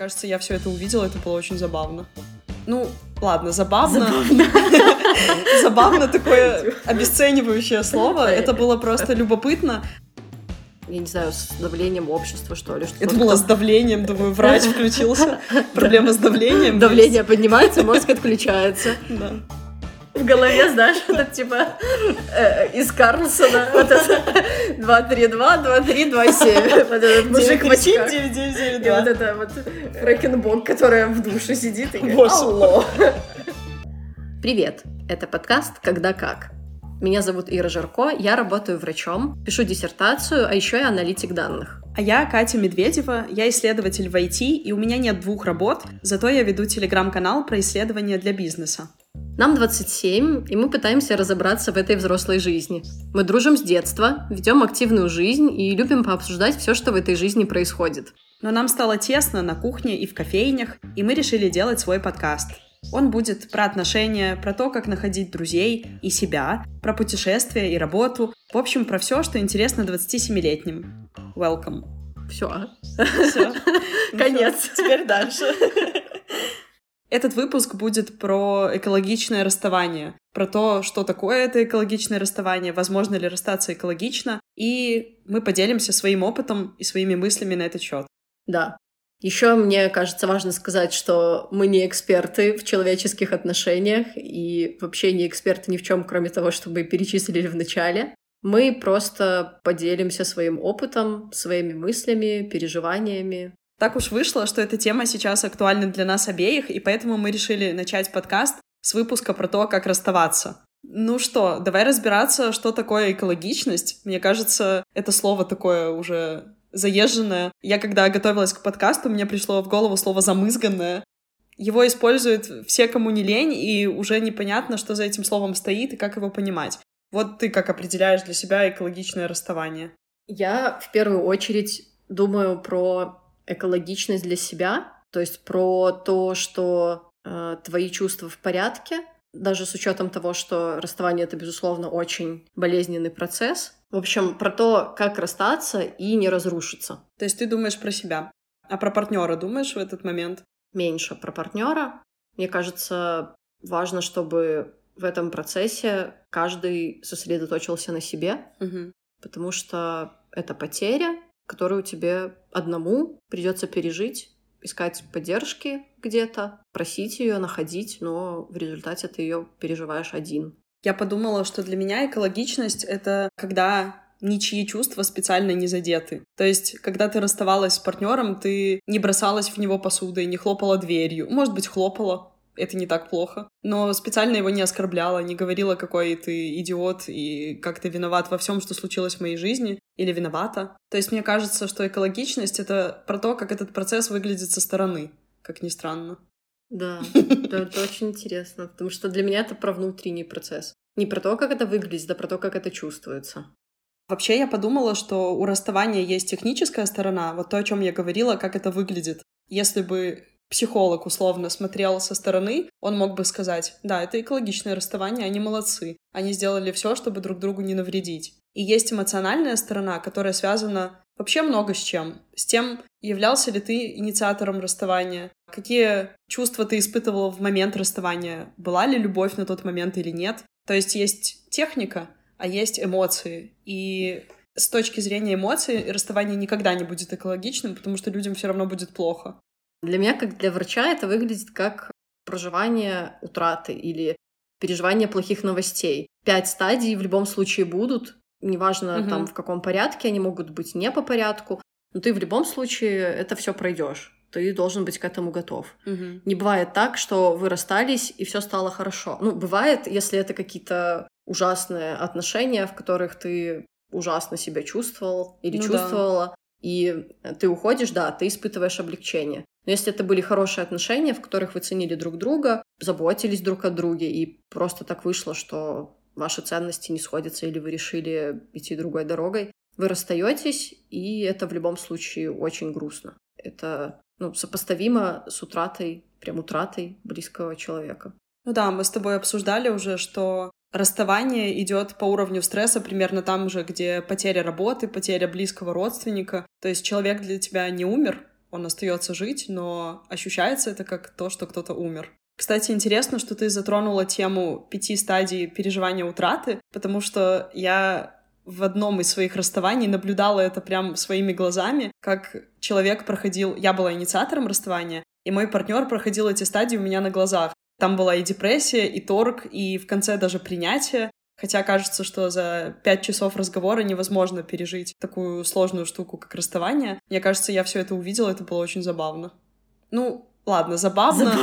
кажется, я все это увидела, это было очень забавно. Ну, ладно, забавно. Забавно такое обесценивающее слово. Это было просто любопытно. Я не знаю, с давлением общества, что ли. Это было с давлением, думаю, врач включился. Проблема с давлением. Давление поднимается, мозг отключается. Да. В голове, знаешь, это типа из Карлсона, вот это 232, 23, 27. Вот этот мужик в очках. 9992. И вот это вот Фрэкенбок, которая в душе сидит и говорит: Боже. алло. Привет, это подкаст «Когда как». Меня зовут Ира Жарко, я работаю врачом, пишу диссертацию, а еще я аналитик данных. А я Катя Медведева, я исследователь в IT, и у меня нет 2 работ, зато я веду телеграм-канал про исследования для бизнеса. Нам 27, и мы пытаемся разобраться в этой взрослой жизни. Мы дружим с детства, ведем активную жизнь и любим пообсуждать все, что в этой жизни происходит. Но нам стало тесно на кухне и в кофейнях, и мы решили делать свой подкаст. Он будет про отношения, про то, как находить друзей и себя, про путешествия и работу, в общем, про все, что интересно 27-летним. Welcome. Все. Конец. Теперь дальше. Этот выпуск будет про экологичное расставание, про то, что такое это экологичное расставание, возможно ли расстаться экологично, и мы поделимся своим опытом и своими мыслями на этот счет. Да. Еще мне кажется важно сказать, что мы не эксперты в человеческих отношениях и вообще не эксперты ни в чем, кроме того, что мы перечислили в начале. Мы просто поделимся своим опытом, своими мыслями, переживаниями. Так уж вышло, что эта тема сейчас актуальна для нас обеих, и поэтому мы решили начать подкаст с выпуска про то, как расставаться. Ну что, давай разбираться, что такое экологичность. Мне кажется, это слово такое уже заезженное. Я, когда готовилась к подкасту, мне пришло в голову слово «замызганное». Его используют все, кому не лень, и уже непонятно, что за этим словом стоит и как его понимать. Вот ты как определяешь для себя экологичное расставание? Я в первую очередь думаю про экологичность для себя, то есть про то, что твои чувства в порядке, даже с учетом того, что расставание — это, безусловно, очень болезненный процесс. В общем, про то, как расстаться и не разрушиться. То есть ты думаешь про себя, а про партнера думаешь в этот момент? Меньше про партнера. Мне кажется, важно, чтобы в этом процессе каждый сосредоточился на себе, потому что это потеря, которую тебе одному придется пережить, искать поддержки где-то, просить ее, находить, но в результате ты ее переживаешь один. Я подумала, что для меня экологичность — это когда ничьи чувства специально не задеты. То есть, когда ты расставалась с партнером, ты не бросалась в него посудой, не хлопала дверью. Может быть, хлопала, это не так плохо. Но специально его не оскорбляла, не говорила, какой ты идиот и как ты виноват во всем, что случилось в моей жизни, или виновата. То есть, мне кажется, что экологичность — это про то, как этот процесс выглядит со стороны, как ни странно. Да, это очень интересно, потому что для меня это про внутренний процесс. Не про то, как это выглядит, а про то, как это чувствуется. Вообще, я подумала, что у расставания есть техническая сторона, вот то, о чем я говорила, как это выглядит. Если бы психолог условно смотрел со стороны, он мог бы сказать: да, это экологичное расставание, они молодцы, они сделали все, чтобы друг другу не навредить. И есть эмоциональная сторона, которая связана вообще много с чем. С тем, являлся ли ты инициатором расставания, какие чувства ты испытывала в момент расставания, была ли любовь на тот момент или нет. То есть есть техника, а есть эмоции. И с точки зрения эмоций расставание никогда не будет экологичным, потому что людям все равно будет плохо. Для меня, как для врача, это выглядит как проживание утраты или переживание плохих новостей. 5 стадий в любом случае будут. Неважно, там, в каком порядке, они могут быть не по порядку, но ты в любом случае это все пройдешь. Ты должен быть к этому готов. Не бывает так, что вы расстались, и все стало хорошо. Ну, бывает, если это какие-то ужасные отношения, в которых ты ужасно себя чувствовал или чувствовала, и ты уходишь, да, ты испытываешь облегчение. Но если это были хорошие отношения, в которых вы ценили друг друга, заботились друг о друге, и просто так вышло, что ваши ценности не сходятся, или вы решили идти другой дорогой, вы расстаетесь, и это в любом случае очень грустно. Это сопоставимо с утратой, прям утратой близкого человека. Ну да, мы с тобой обсуждали уже, что расставание идет по уровню стресса примерно там же, где потеря работы, потеря близкого родственника. То есть человек для тебя не умер, он остается жить, но ощущается это как то, что кто-то умер. Кстати, интересно, что ты затронула тему 5 стадий переживания утраты, потому что я в одном из своих расставаний наблюдала это прям своими глазами, как человек проходил... Я была инициатором расставания, и мой партнер проходил эти стадии у меня на глазах. Там была и депрессия, и торг, и в конце даже принятие. Хотя кажется, что за 5 часов разговора невозможно пережить такую сложную штуку, как расставание. Мне кажется, я все это увидела, это было очень забавно. Ну, ладно, забавно.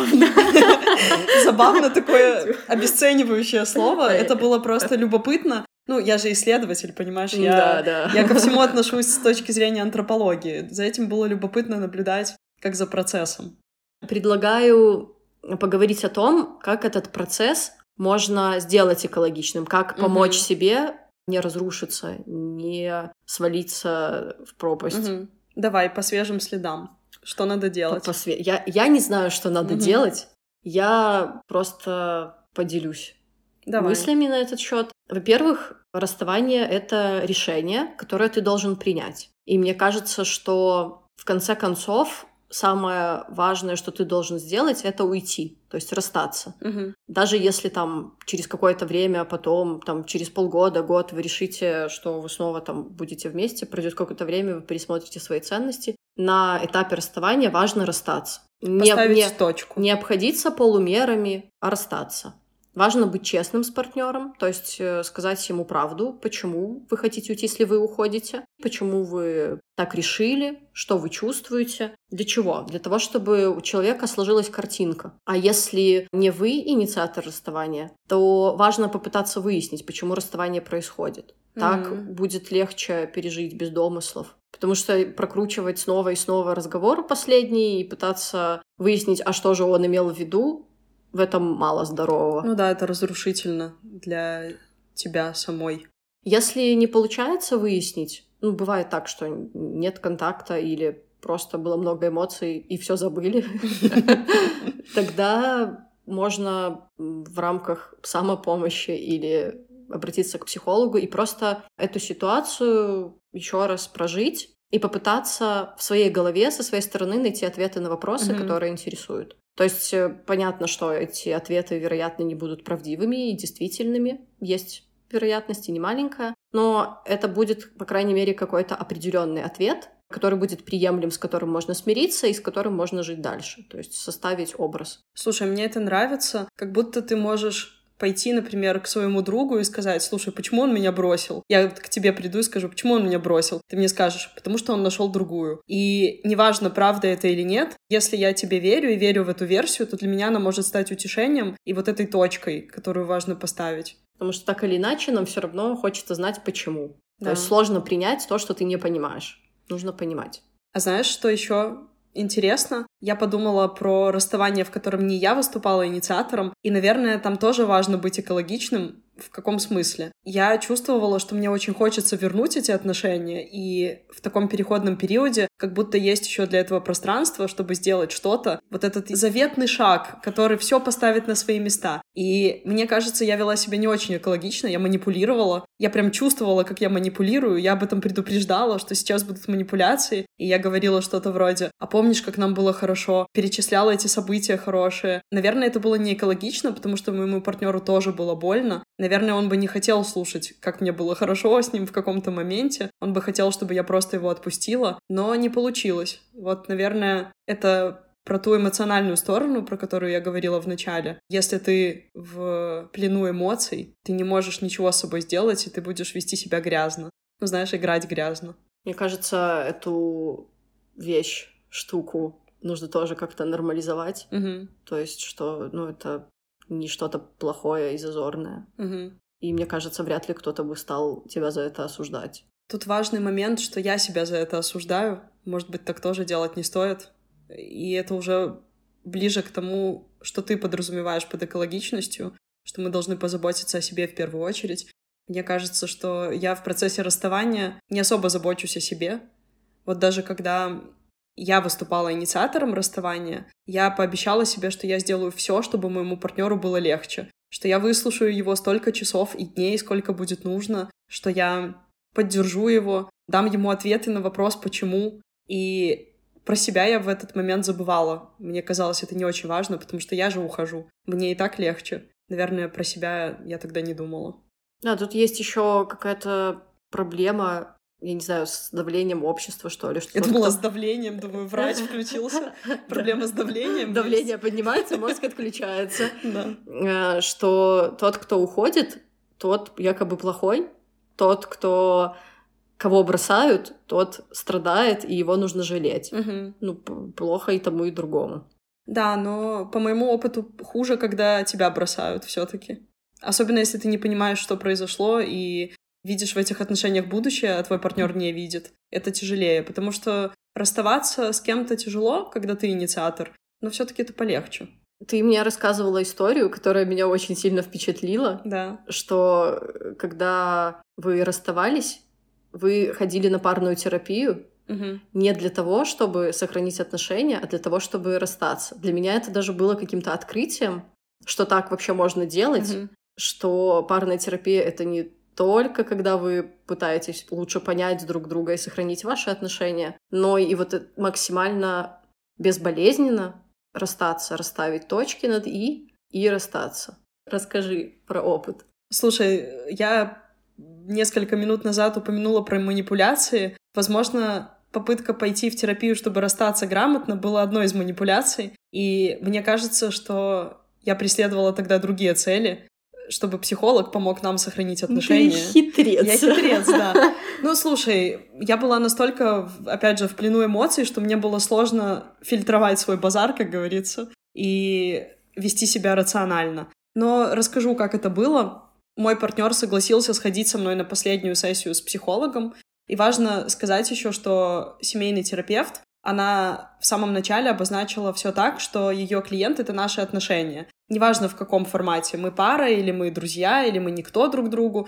Забавно такое обесценивающее слово. Это было просто любопытно. Ну, я же исследователь, понимаешь? Я ко всему отношусь с точки зрения антропологии. За этим было любопытно наблюдать, как за процессом. Предлагаю поговорить о том, как этот процесс можно сделать экологичным, как помочь себе не разрушиться, не свалиться в пропасть. Давай, по свежим следам. Что надо делать? Я не знаю, что надо делать. Я просто поделюсь мыслями на этот счет. Во-первых, расставание — это решение, которое ты должен принять. И мне кажется, что в конце концов самое важное, что ты должен сделать, это уйти, то есть расстаться. Даже если там через какое-то время, потом там через полгода, год вы решите, что вы снова там будете вместе, пройдет какое-то время, вы пересмотрите свои ценности. На этапе расставания важно расстаться. Поставить точку. Не обходиться полумерами, а расстаться. Важно быть честным с партнером, то есть сказать ему правду, почему вы хотите уйти, если вы уходите, почему вы так решили, что вы чувствуете, для чего? Для того, чтобы у человека сложилась картинка. А если не вы инициатор расставания, то важно попытаться выяснить, почему расставание происходит. Так будет легче пережить без домыслов. Потому что прокручивать снова и снова разговор последний и пытаться выяснить, а что же он имел в виду, в этом мало здорового. Ну да, это разрушительно для тебя самой. Если не получается выяснить, бывает так, что нет контакта или просто было много эмоций и все забыли, тогда можно в рамках самопомощи или обратиться к психологу и просто эту ситуацию еще раз прожить и попытаться в своей голове со своей стороны найти ответы на вопросы, которые интересуют. То есть понятно, что эти ответы, вероятно, не будут правдивыми и действительными. Есть вероятность, и не маленькая. Но это будет, по крайней мере, какой-то определенный ответ, который будет приемлем, с которым можно смириться и с которым можно жить дальше. То есть составить образ. Слушай, мне это нравится. Как будто ты можешь пойти, например, к своему другу и сказать: слушай, почему он меня бросил? Я к тебе приду и скажу: почему он меня бросил? Ты мне скажешь: потому что он нашел другую. И неважно, правда это или нет, если я тебе верю и верю в эту версию, то для меня она может стать утешением и вот этой точкой, которую важно поставить. Потому что так или иначе нам все равно хочется знать, почему. Да. То есть сложно принять то, что ты не понимаешь. Нужно понимать. А знаешь, что еще интересно? Я подумала про расставание, в котором не я выступала инициатором, и, наверное, там тоже важно быть экологичным. В каком смысле? Я чувствовала, что мне очень хочется вернуть эти отношения, и в таком переходном периоде как будто есть еще для этого пространство, чтобы сделать что-то. Вот этот заветный шаг, который все поставит на свои места. И мне кажется, я вела себя не очень экологично, я манипулировала. Я прям чувствовала, как я манипулирую, я об этом предупреждала, что сейчас будут манипуляции, и я говорила что-то вроде: а помнишь, как нам было хорошо? Перечисляла эти события хорошие. Наверное, это было не экологично, потому что моему партнеру тоже было больно. Наверное, он бы не хотел слушать, как мне было хорошо с ним в каком-то моменте. Он бы хотел, чтобы я просто его отпустила, но не получилось. Вот, наверное, это про ту эмоциональную сторону, про которую я говорила в начале. Если ты в плену эмоций, ты не можешь ничего с собой сделать, и ты будешь вести себя грязно. Ну, знаешь, играть грязно. Мне кажется, эту вещь, штуку нужно тоже как-то нормализовать. То есть, что, это не что-то плохое и зазорное. И мне кажется, вряд ли кто-то бы стал тебя за это осуждать. Тут важный момент, что я себя за это осуждаю. Может быть, так тоже делать не стоит. И это уже ближе к тому, что ты подразумеваешь под экологичностью, что мы должны позаботиться о себе в первую очередь. Мне кажется, что я в процессе расставания не особо забочусь о себе. Вот даже когда я выступала инициатором расставания, я пообещала себе, что я сделаю все, чтобы моему партнеру было легче, что я выслушаю его столько часов и дней, сколько будет нужно, что я поддержу его, дам ему ответы на вопрос «почему?». И про себя я в этот момент забывала. Мне казалось, это не очень важно, потому что я же ухожу. Мне и так легче. Наверное, про себя я тогда не думала. Да, тут есть еще какая-то проблема, я не знаю, с давлением общества, что ли. Что я думала, с давлением, думаю, врач включился. Проблема с давлением. Давление поднимается, мозг отключается. Что тот, кто уходит, тот якобы плохой, тот, кого бросают, тот страдает, и его нужно жалеть. Ну, плохо и тому, и другому. Да, но по моему опыту хуже, когда тебя бросают все-таки. Особенно если ты не понимаешь, что произошло, и видишь в этих отношениях будущее, а твой партнер не видит. Это тяжелее, потому что расставаться с кем-то тяжело, когда ты инициатор, но все-таки это полегче. Ты мне рассказывала историю, которая меня очень сильно впечатлила. Да. Что когда вы расставались, вы ходили на парную терапию не для того, чтобы сохранить отношения, а для того, чтобы расстаться. Для меня это даже было каким-то открытием, что так вообще можно делать, что парная терапия — это не только когда вы пытаетесь лучше понять друг друга и сохранить ваши отношения, но и вот максимально безболезненно расстаться, расставить точки над «и» расстаться. Расскажи про опыт. Слушай, я несколько минут назад упомянула про манипуляции. Возможно, попытка пойти в терапию, чтобы расстаться грамотно, была одной из манипуляций. И мне кажется, что я преследовала тогда другие цели, чтобы психолог помог нам сохранить отношения. Ты хитрец. Я хитрец, да. Ну, слушай, я была настолько, опять же, в плену эмоций, что мне было сложно фильтровать свой базар, как говорится, и вести себя рационально. Но расскажу, как это было. Мой партнер согласился сходить со мной на последнюю сессию с психологом. И важно сказать еще, что семейный терапевт, она в самом начале обозначила все так, что ее клиент — это наши отношения. Неважно, в каком формате, мы пара, или мы друзья, или мы никто друг другу,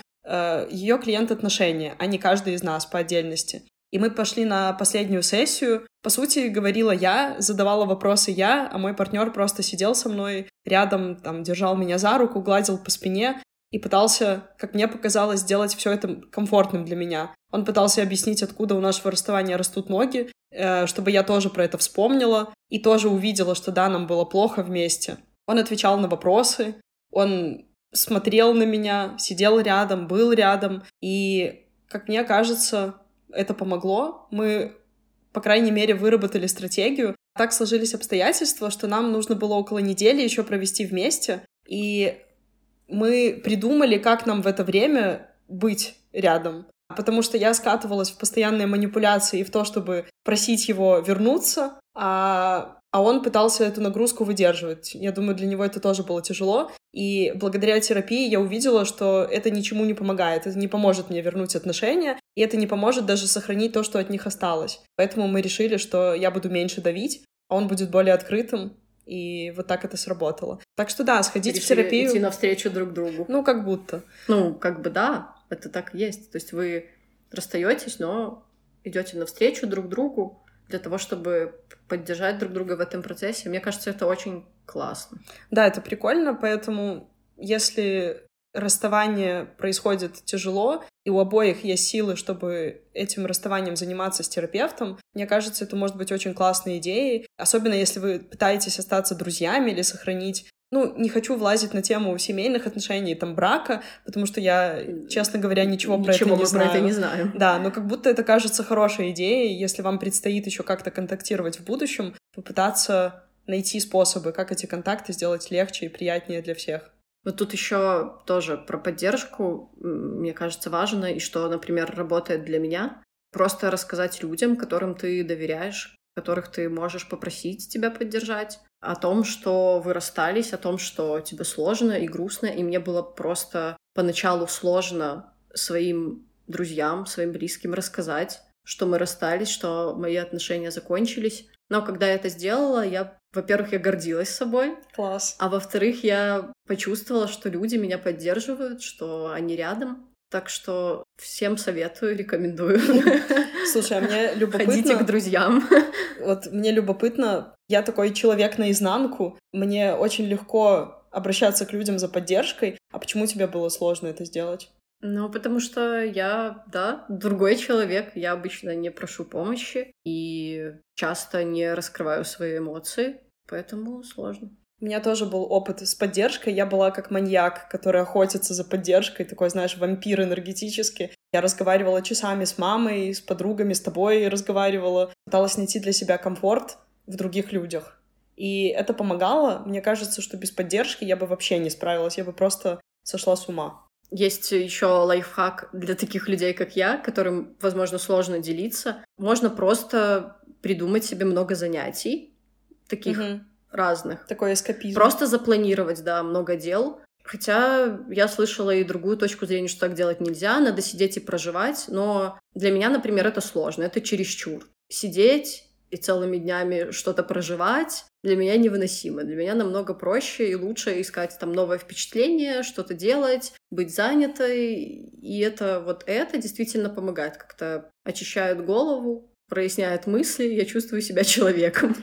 ее клиент — отношения, а не каждый из нас по отдельности. И мы пошли на последнюю сессию. По сути, говорила я, задавала вопросы я, а мой партнер просто сидел со мной рядом, там, держал меня за руку, гладил по спине и пытался, как мне показалось, сделать все это комфортным для меня. Он пытался объяснить, откуда у нашего расставания растут ноги, чтобы я тоже про это вспомнила и тоже увидела, что да, нам было плохо вместе. Он отвечал на вопросы, он смотрел на меня, сидел рядом, был рядом, и, как мне кажется, это помогло. Мы, по крайней мере, выработали стратегию. Так сложились обстоятельства, что нам нужно было около недели еще провести вместе, и мы придумали, как нам в это время быть рядом. Потому что я скатывалась в постоянные манипуляции и в то, чтобы просить его вернуться, а он пытался эту нагрузку выдерживать. Я думаю, для него это тоже было тяжело. И благодаря терапии я увидела, что это ничему не помогает. Это не поможет мне вернуть отношения, и это не поможет даже сохранить то, что от них осталось. Поэтому мы решили, что я буду меньше давить, а он будет более открытым. И вот так это сработало. Так что да, сходить в терапию... Идти навстречу друг другу. Ну, как будто. Ну, как бы да, это так и есть. То есть вы расстаетесь, но идете навстречу друг другу для того, чтобы поддержать друг друга в этом процессе. Мне кажется, это очень классно. Да, это прикольно, поэтому если расставание происходит тяжело, и у обоих есть силы, чтобы этим расставанием заниматься с терапевтом, мне кажется, это может быть очень классной идеей, особенно если вы пытаетесь остаться друзьями или сохранить... Ну, не хочу влазить на тему семейных отношений, там, брака, потому что я, честно говоря, ничего про это не знаю. Про это не знаем. Да, но как будто это кажется хорошей идеей, если вам предстоит еще как-то контактировать в будущем, попытаться найти способы, как эти контакты сделать легче и приятнее для всех. Вот тут еще тоже про поддержку, мне кажется, важно, и что, например, работает для меня. Просто рассказать людям, которым ты доверяешь, которых ты можешь попросить тебя поддержать, о том, что вы расстались, о том, что тебе сложно и грустно, и мне было просто поначалу сложно своим друзьям, своим близким рассказать, что мы расстались, что мои отношения закончились. Но когда я это сделала, во-первых, я гордилась собой. Класс. А во-вторых, я почувствовала, что люди меня поддерживают, что они рядом. Так что всем советую, рекомендую. Слушай, а мне любопытно... Ходите к друзьям. Вот мне любопытно, я такой человек наизнанку, мне очень легко обращаться к людям за поддержкой. А почему тебе было сложно это сделать? Ну, потому что я, да, другой человек. Я обычно не прошу помощи и часто не раскрываю свои эмоции, поэтому сложно. У меня тоже был опыт с поддержкой. Я была как маньяк, который охотится за поддержкой, такой, знаешь, вампир энергетический. Я разговаривала часами с мамой, с подругами, с тобой разговаривала. Пыталась найти для себя комфорт в других людях. И это помогало. Мне кажется, что без поддержки я бы вообще не справилась. Я бы просто сошла с ума. Есть еще лайфхак для таких людей, как я, которым, возможно, сложно делиться. Можно просто придумать себе много занятий, таких разных. Такой эскапизм. Просто запланировать, да, много дел. Хотя я слышала и другую точку зрения, что так делать нельзя, надо сидеть и проживать. Но для меня, например, это сложно, это чересчур. Сидеть и целыми днями что-то проживать для меня невыносимо. Для меня намного проще и лучше искать там новое впечатление, что-то делать, быть занятой. И это действительно помогает, как-то очищает голову, проясняет мысли, я чувствую себя человеком.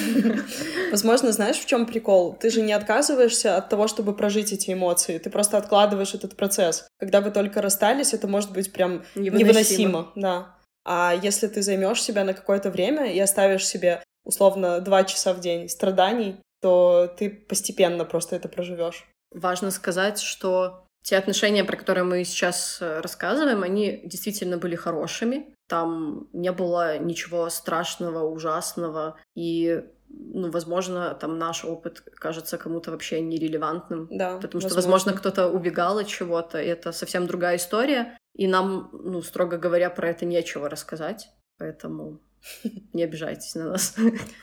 Возможно, знаешь, в чем прикол? Ты же не отказываешься от того, чтобы прожить эти эмоции. Ты просто откладываешь этот процесс. Когда вы только расстались, это может быть прям невыносимо. Да. А если ты займешь себя на какое-то время и оставишь себе условно 2 часа в день страданий, то ты постепенно просто это проживешь. Важно сказать, что те отношения, про которые мы сейчас рассказываем, они действительно были хорошими. Там не было ничего страшного, ужасного. И, возможно, там наш опыт кажется кому-то вообще нерелевантным. Да, потому что, возможно, кто-то убегал от чего-то, и это совсем другая история. И нам, строго говоря, про это нечего рассказать. Поэтому не обижайтесь на нас.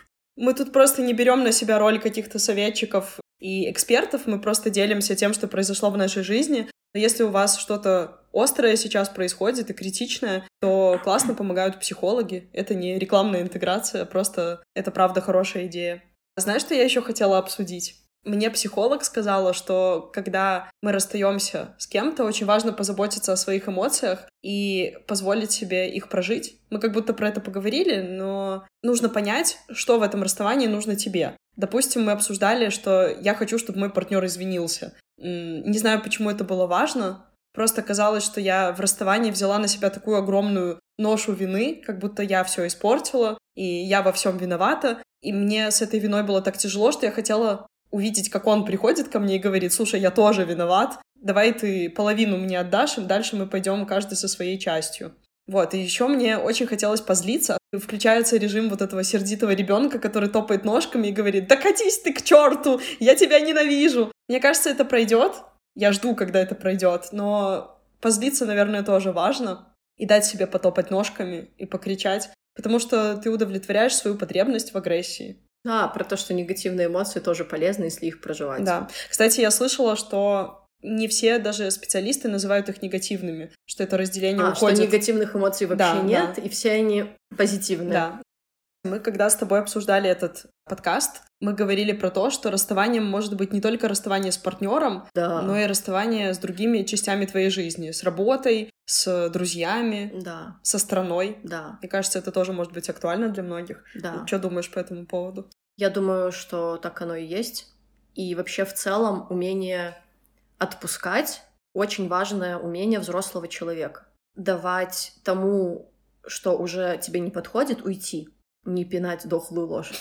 Мы тут просто не берем на себя роль каких-то советчиков и экспертов, мы просто делимся тем, что произошло в нашей жизни. Но если у вас что-то острое сейчас происходит и критичное, то классно помогают психологи. Это не рекламная интеграция, просто это правда хорошая идея. Знаешь, что я еще хотела обсудить? Мне психолог сказала, что когда мы расстаемся с кем-то, очень важно позаботиться о своих эмоциях и позволить себе их прожить. Мы как будто про это поговорили, но нужно понять, что в этом расставании нужно тебе. Допустим, мы обсуждали, что я хочу, чтобы мой партнер извинился. Не знаю, почему это было важно. Просто казалось, что я в расставании взяла на себя такую огромную ношу вины, как будто я все испортила, и я во всем виновата. И мне с этой виной было так тяжело, что я хотела увидеть, как он приходит ко мне и говорит: слушай, я тоже виноват, давай ты половину мне отдашь, и дальше мы пойдем каждый со своей частью. Вот, и еще мне очень хотелось позлиться. Включается режим вот этого сердитого ребенка, который топает ножками и говорит: да катись ты к черту, я тебя ненавижу. Мне кажется, это пройдет. Я жду, когда это пройдет, но позлиться, наверное, тоже важно. И дать себе потопать ножками и покричать, потому что ты удовлетворяешь свою потребность в агрессии. Да, про то, что негативные эмоции тоже полезны, если их проживать. Да. Кстати, я слышала, что не все даже специалисты называют их негативными, что это разделение уходит. Что негативных эмоций вообще нет, и все они позитивные. Да. Мы когда с тобой обсуждали этот подкаст, мы говорили про то, что расставанием может быть не только расставание с партнером, но и расставание с другими частями твоей жизни, с работой, с друзьями, со страной. Да. Мне кажется, это тоже может быть актуально для многих. Да. Что думаешь по этому поводу? Я думаю, что так оно и есть. И вообще в целом умение отпускать — очень важное умение взрослого человека. Давать тому, что уже тебе не подходит, уйти. Не пинать дохлую лошадь.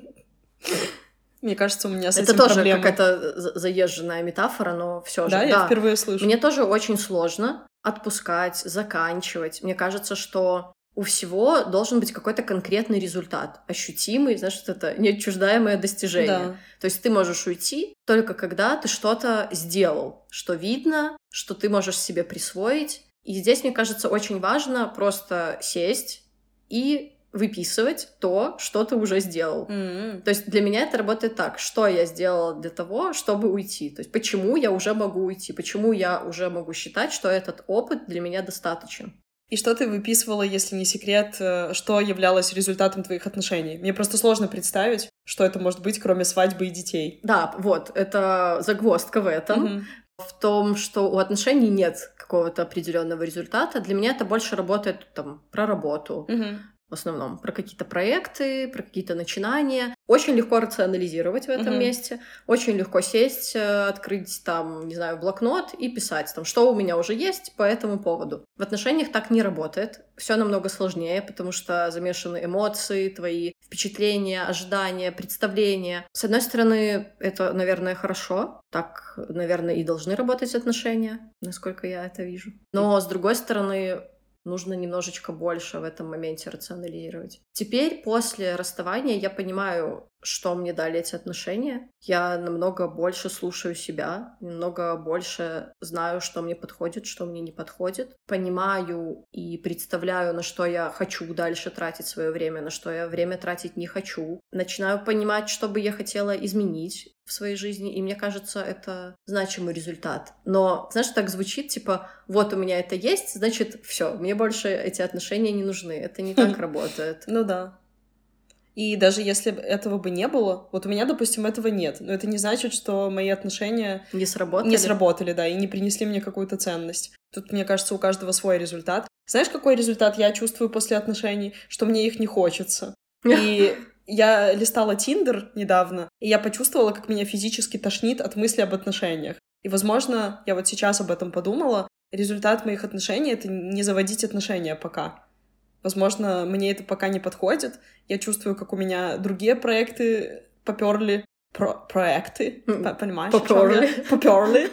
Мне кажется, у меня с этим проблемы. Это тоже какая-то заезженная метафора, но все же. Да, я впервые слышу. Мне тоже очень сложно отпускать, заканчивать. Мне кажется, что у всего должен быть какой-то конкретный результат, ощутимый, знаешь, вот это неотчуждаемое достижение. Да. То есть ты можешь уйти только когда ты что-то сделал, что видно, что ты можешь себе присвоить. И здесь, мне кажется, очень важно просто сесть и выписывать то, что ты уже сделал. То есть для меня это работает так: что я сделала для того, чтобы уйти. То есть почему я уже могу уйти, почему я уже могу считать, что этот опыт для меня достаточен. И что ты выписывала, если не секрет, что являлось результатом твоих отношений? Мне просто сложно представить, что это может быть, кроме свадьбы и детей. Да, вот, это загвоздка в этом. В том, что у отношений нет какого-то определенного результата. Для меня это больше работает там про работу, в основном, про какие-то проекты, про какие-то начинания. Очень легко рационализировать в этом месте, очень легко сесть, открыть там, не знаю, блокнот и писать там, что у меня уже есть по этому поводу. В отношениях так не работает, все намного сложнее, потому что замешаны эмоции, твои впечатления, ожидания, представления. С одной стороны, это, наверное, хорошо, так, наверное, и должны работать отношения, насколько я это вижу. Но, с другой стороны, нужно немножечко больше в этом моменте рационализировать. Теперь, после расставания, я понимаю, что мне дали эти отношения. Я намного больше слушаю себя, намного больше знаю, что мне подходит, что мне не подходит. Понимаю и представляю, на что я хочу дальше тратить свое время, на что я время тратить не хочу. Начинаю понимать, что бы я хотела изменить в своей жизни, и мне кажется, это значимый результат. Но, знаешь, так звучит, типа, вот у меня это есть, значит, все, мне больше эти отношения не нужны. Это не так работает. Ну да. И даже если этого бы не было, вот у меня, допустим, этого нет. Но это не значит, что мои отношения не сработали, да, и не принесли мне какую-то ценность. Тут, мне кажется, у каждого свой результат. Знаешь, какой результат я чувствую после отношений? Что мне их не хочется. И я листала Тиндер недавно, и я почувствовала, как меня физически тошнит от мысли об отношениях. И, возможно, я вот сейчас об этом подумала, результат моих отношений — это не заводить отношения пока. Возможно, мне это пока не подходит. Я чувствую, как у меня другие проекты поперли. Проекты, понимаешь? Поперли.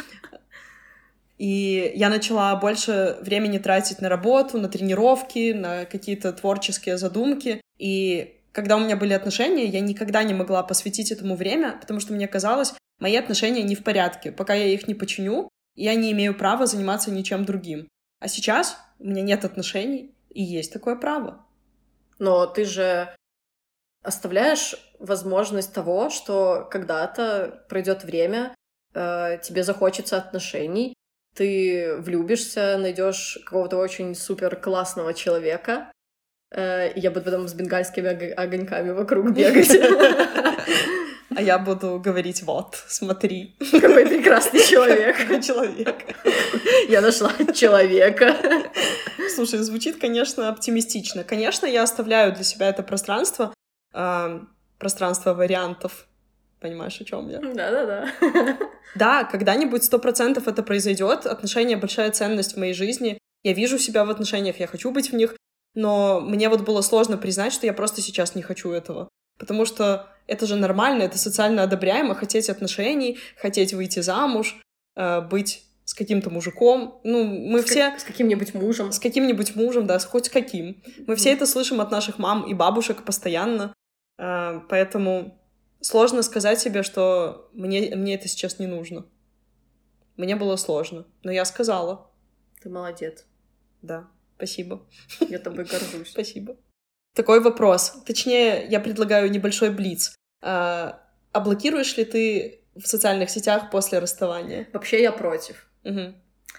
И я начала больше времени тратить на работу, на тренировки, на какие-то творческие задумки. И когда у меня были отношения, я никогда не могла посвятить этому время, потому что мне казалось, мои отношения не в порядке. Пока я их не починю, я не имею права заниматься ничем другим. А сейчас у меня нет отношений, и есть такое право. Но ты же оставляешь возможность того, что когда-то пройдет время, тебе захочется отношений, ты влюбишься, найдешь какого-то очень супер классного человека. Я буду потом с бенгальскими огоньками вокруг бегать. А я буду говорить, вот, смотри. Какой прекрасный человек. Я нашла человека. Слушай, звучит, конечно, оптимистично. Конечно, я оставляю для себя это пространство вариантов. Понимаешь, о чем я? Да. Да, когда-нибудь 100% это произойдет. Отношения — большая ценность в моей жизни. Я вижу себя в отношениях, я хочу быть в них. Но мне вот было сложно признать, что я просто сейчас не хочу этого. Потому что это же нормально, это социально одобряемо — хотеть отношений, хотеть выйти замуж, быть с каким-то мужиком. Ну, мы все... С каким-нибудь мужем. С каким-нибудь мужем, да, хоть с каким. Мы все это слышим от наших мам и бабушек постоянно. Поэтому сложно сказать себе, что мне это сейчас не нужно. Мне было сложно, но я сказала. Ты молодец. Да, спасибо. Я тобой горжусь. Спасибо. Такой вопрос. Точнее, я предлагаю небольшой блиц. А блокируешь ли ты в социальных сетях после расставания? Вообще я против. Угу.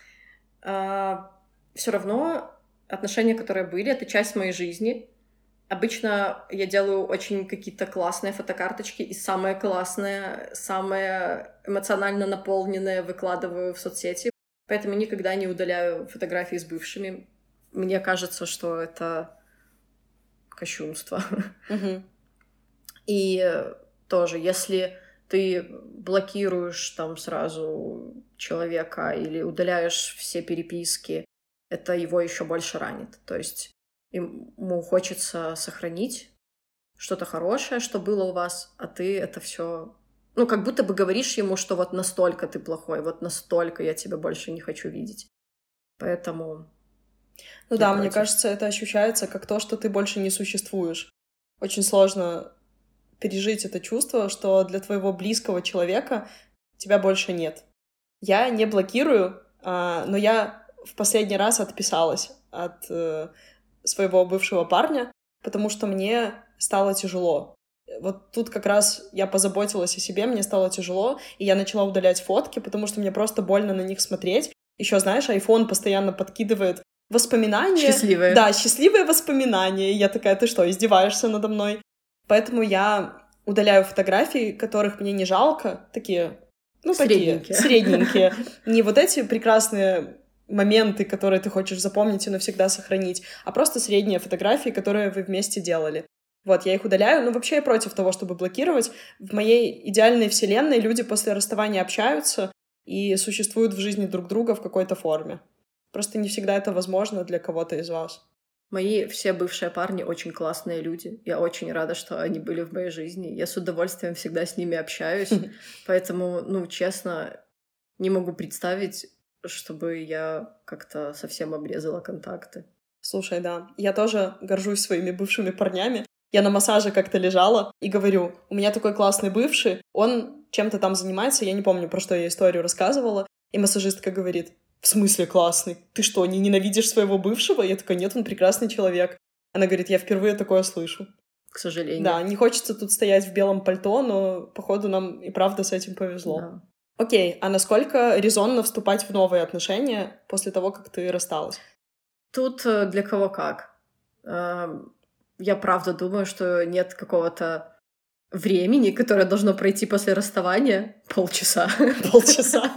Все равно отношения, которые были, это часть моей жизни. Обычно я делаю очень какие-то классные фотокарточки, и самые классные, самые эмоционально наполненные выкладываю в соцсети. Поэтому никогда не удаляю фотографии с бывшими. Мне кажется, что это кощунство. Угу. И тоже, если ты блокируешь там сразу человека или удаляешь все переписки, это его еще больше ранит. То есть ему хочется сохранить что-то хорошее, что было у вас, а ты это все, ну, как будто бы говоришь ему, что вот настолько ты плохой, вот настолько я тебя больше не хочу видеть. Поэтому... Ну да, мне кажется, это ощущается как то, что ты больше не существуешь. Очень сложно пережить это чувство, что для твоего близкого человека тебя больше нет. Я не блокирую, но я в последний раз отписалась от своего бывшего парня, потому что мне стало тяжело. Вот тут как раз я позаботилась о себе, мне стало тяжело, и я начала удалять фотки, потому что мне просто больно на них смотреть. Еще, знаешь, iPhone постоянно подкидывает воспоминания. Счастливые. Да, счастливые воспоминания. И я такая, ты что, издеваешься надо мной? Поэтому я удаляю фотографии, которых мне не жалко, такие, ну, средненькие. Такие, средненькие. Не вот эти прекрасные моменты, которые ты хочешь запомнить и навсегда сохранить, а просто средние фотографии, которые вы вместе делали. Вот, я их удаляю, но вообще я против того, чтобы блокировать. В моей идеальной вселенной люди после расставания общаются и существуют в жизни друг друга в какой-то форме. Просто не всегда это возможно для кого-то из вас. Мои все бывшие парни очень классные люди. Я очень рада, что они были в моей жизни. Я с удовольствием всегда с ними общаюсь. Поэтому, честно, не могу представить, чтобы я как-то совсем обрезала контакты. Слушай, да, я тоже горжусь своими бывшими парнями. Я на массаже как-то лежала и говорю, у меня такой классный бывший, он чем-то там занимается, я не помню, про что я историю рассказывала, и массажистка говорит, в смысле классный? Ты что, не ненавидишь своего бывшего? Я такая, нет, он прекрасный человек. Она говорит, я впервые такое слышу. К сожалению. Да, не хочется тут стоять в белом пальто, но, походу, нам и правда с этим повезло. Да. Окей, а насколько резонно вступать в новые отношения после того, как ты рассталась? Тут для кого как. Я правда думаю, что нет какого-то времени, которое должно пройти после расставания. Полчаса. Полчаса.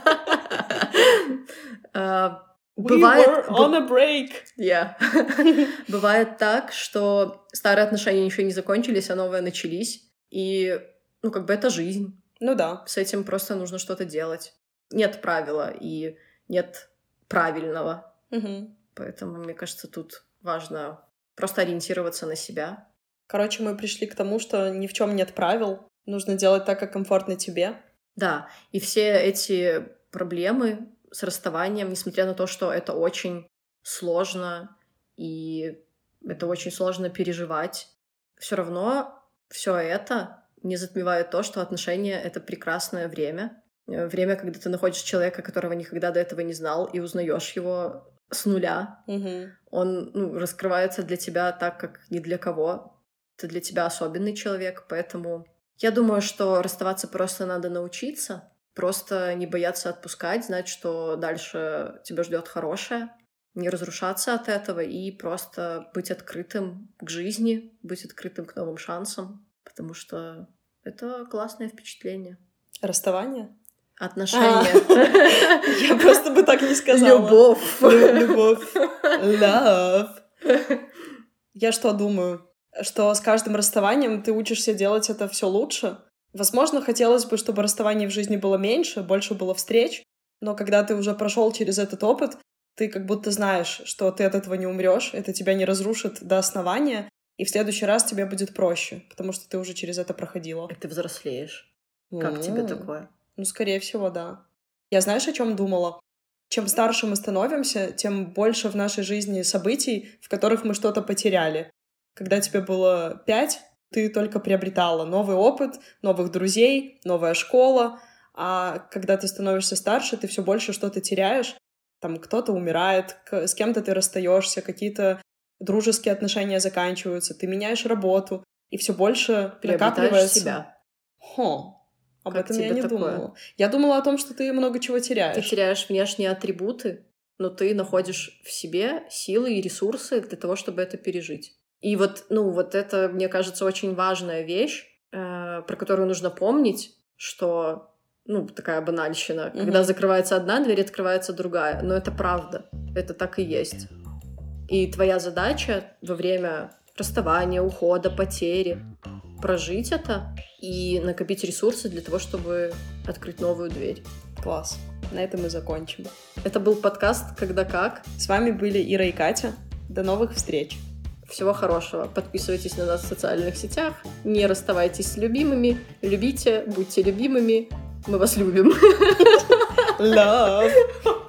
Бывает... We were on a break. Yeah. Бывает так, что старые отношения еще не закончились, а новые начались. И, это жизнь. Ну да. С этим просто нужно что-то делать. Нет правила и нет правильного. Угу. Поэтому, мне кажется, тут важно просто ориентироваться на себя. Короче, мы пришли к тому, что ни в чем нет правил. Нужно делать так, как комфортно тебе. Да, и все эти проблемы с расставанием, несмотря на то, что это очень сложно и это очень сложно переживать, все равно все это не затмевает то, что отношения — это прекрасное время. Время, когда ты находишь человека, которого никогда до этого не знал, и узнаешь его с нуля. Угу. Он раскрывается для тебя так, как ни для кого. Это для тебя особенный человек, поэтому я думаю, что расставаться просто надо научиться. Просто не бояться отпускать, знать, что дальше тебя ждет хорошее, не разрушаться от этого и просто быть открытым к жизни, быть открытым к новым шансам, потому что это классное впечатление. Расставание? Отношения. Я просто бы так не сказала. Любовь. Любовь. Love. Я что думаю? Что с каждым расставанием ты учишься делать это все лучше. Возможно, хотелось бы, чтобы расставаний в жизни было меньше, больше было встреч, но когда ты уже прошел через этот опыт, ты как будто знаешь, что ты от этого не умрешь, это тебя не разрушит до основания, и в следующий раз тебе будет проще, потому что ты уже через это проходила. И ты взрослеешь. Как тебе такое? Скорее всего, да. Я знаешь, о чем думала? Чем старше мы становимся, тем больше в нашей жизни событий, в которых мы что-то потеряли. Когда тебе было 5, ты только приобретала новый опыт, новых друзей, новая школа, а когда ты становишься старше, ты все больше что-то теряешь. Там кто-то умирает, с кем-то ты расстаешься, какие-то дружеские отношения заканчиваются, ты меняешь работу, и все больше накапливается. Себя. Об этом я не думала. Я думала о том, что ты много чего теряешь. Ты теряешь внешние атрибуты, но ты находишь в себе силы и ресурсы для того, чтобы это пережить. И вот это, мне кажется, очень важная вещь, про которую нужно помнить, что, такая банальщина. Mm-hmm. Когда закрывается одна дверь, открывается другая. Но это правда. Это так и есть. И твоя задача во время расставания, ухода, потери прожить это и накопить ресурсы для того, чтобы открыть новую дверь. Класс. На этом мы закончим. Это был подкаст «Когда как». С вами были Ира и Катя. До новых встреч. Всего хорошего. Подписывайтесь на нас в социальных сетях. Не расставайтесь с любимыми. Любите, будьте любимыми. Мы вас любим. Love.